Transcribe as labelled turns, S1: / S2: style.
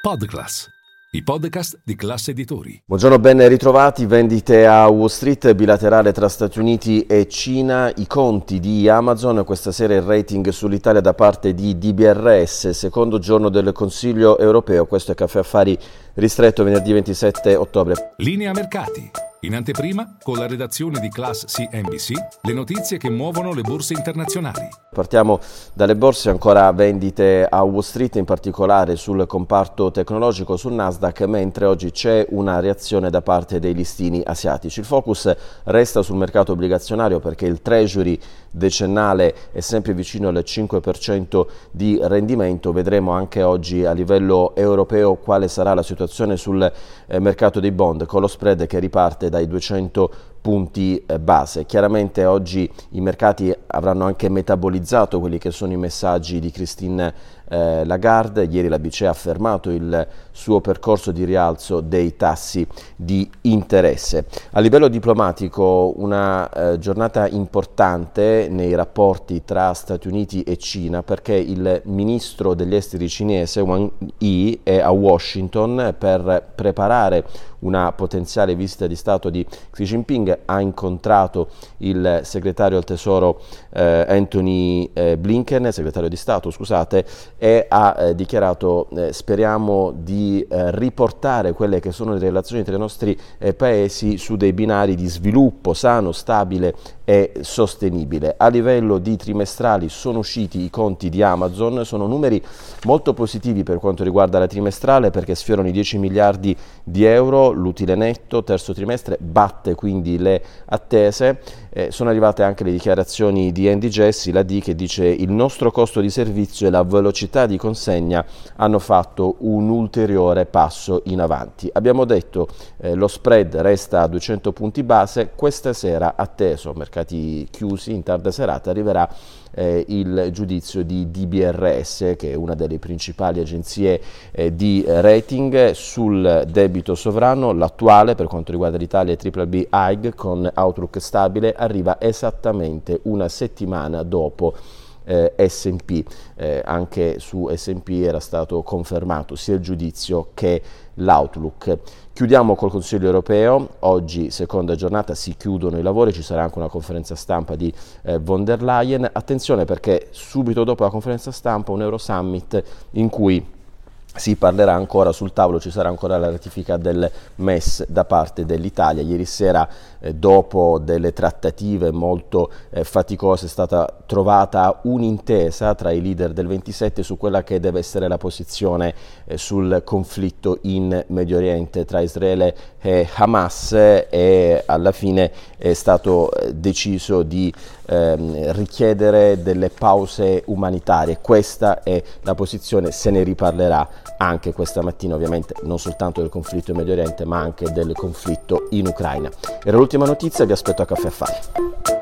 S1: Podclass, i podcast di Class Editori.
S2: Buongiorno, ben ritrovati. Vendite a Wall Street, bilaterale tra Stati Uniti e Cina, i conti di Amazon, questa sera il rating sull'Italia da parte di DBRS, secondo giorno del Consiglio europeo. Questo è Caffè Affari ristretto venerdì 27 ottobre.
S1: Linea mercati. In anteprima, con la redazione di Class CNBC, le notizie che muovono le borse internazionali.
S2: Partiamo dalle borse, ancora vendite a Wall Street, in particolare sul comparto tecnologico, sul Nasdaq, mentre oggi c'è una reazione da parte dei listini asiatici. Il focus resta sul mercato obbligazionario perché il Treasury decennale è sempre vicino al 5% di rendimento. Vedremo anche oggi a livello europeo quale sarà la situazione sul mercato dei bond, con lo spread che riparte dai 200 punti base. Chiaramente oggi i mercati avranno anche metabolizzato quelli che sono i messaggi di Christine Lagarde. Ieri la BCE ha fermato il suo percorso di rialzo dei tassi di interesse. A livello diplomatico una giornata importante nei rapporti tra Stati Uniti e Cina, perché il ministro degli esteri cinese Wang Yi è a Washington per preparare una potenziale visita di Stato di Xi Jinping. Ha incontrato il segretario al Tesoro Anthony Blinken, segretario di Stato, scusate, e ha dichiarato speriamo di riportare quelle che sono le relazioni tra i nostri paesi su dei binari di sviluppo sano, stabile e sostenibile. A livello di trimestrali sono usciti i conti di Amazon, sono numeri molto positivi per quanto riguarda la trimestrale perché sfiorano i 10 miliardi di euro, l'utile netto terzo trimestre batte quindi le attese. Sono arrivate anche le dichiarazioni di Andy Jassy, la D, che dice il nostro costo di servizio e la velocità di consegna hanno fatto un ulteriore passo in avanti. Abbiamo detto lo spread resta a 200 punti base, questa sera atteso, mercati chiusi in tarda serata, arriverà il giudizio di DBRS, che è una delle principali agenzie di rating sul debito sovrano. L'attuale per quanto riguarda l'Italia è BBB High con outlook stabile, arriva esattamente una settimana dopo S&P. Anche su S&P era stato confermato sia il giudizio che l'outlook. Chiudiamo col Consiglio europeo, oggi seconda giornata, si chiudono i lavori, ci sarà anche una conferenza stampa di von der Leyen. Attenzione perché subito dopo la conferenza stampa un Eurosummit in cui si parlerà ancora, sul tavolo ci sarà ancora la ratifica del MES da parte dell'Italia. Ieri sera, dopo delle trattative molto faticose, è stata trovata un'intesa tra i leader del 27 su quella che deve essere la posizione sul conflitto in Medio Oriente tra Israele e Hamas, e alla fine è stato deciso di richiedere delle pause umanitarie. Questa è la posizione, se ne riparlerà anche questa mattina, ovviamente non soltanto del conflitto in Medio Oriente ma anche del conflitto in Ucraina. Era l'ultima notizia, vi aspetto a Caffè Affari.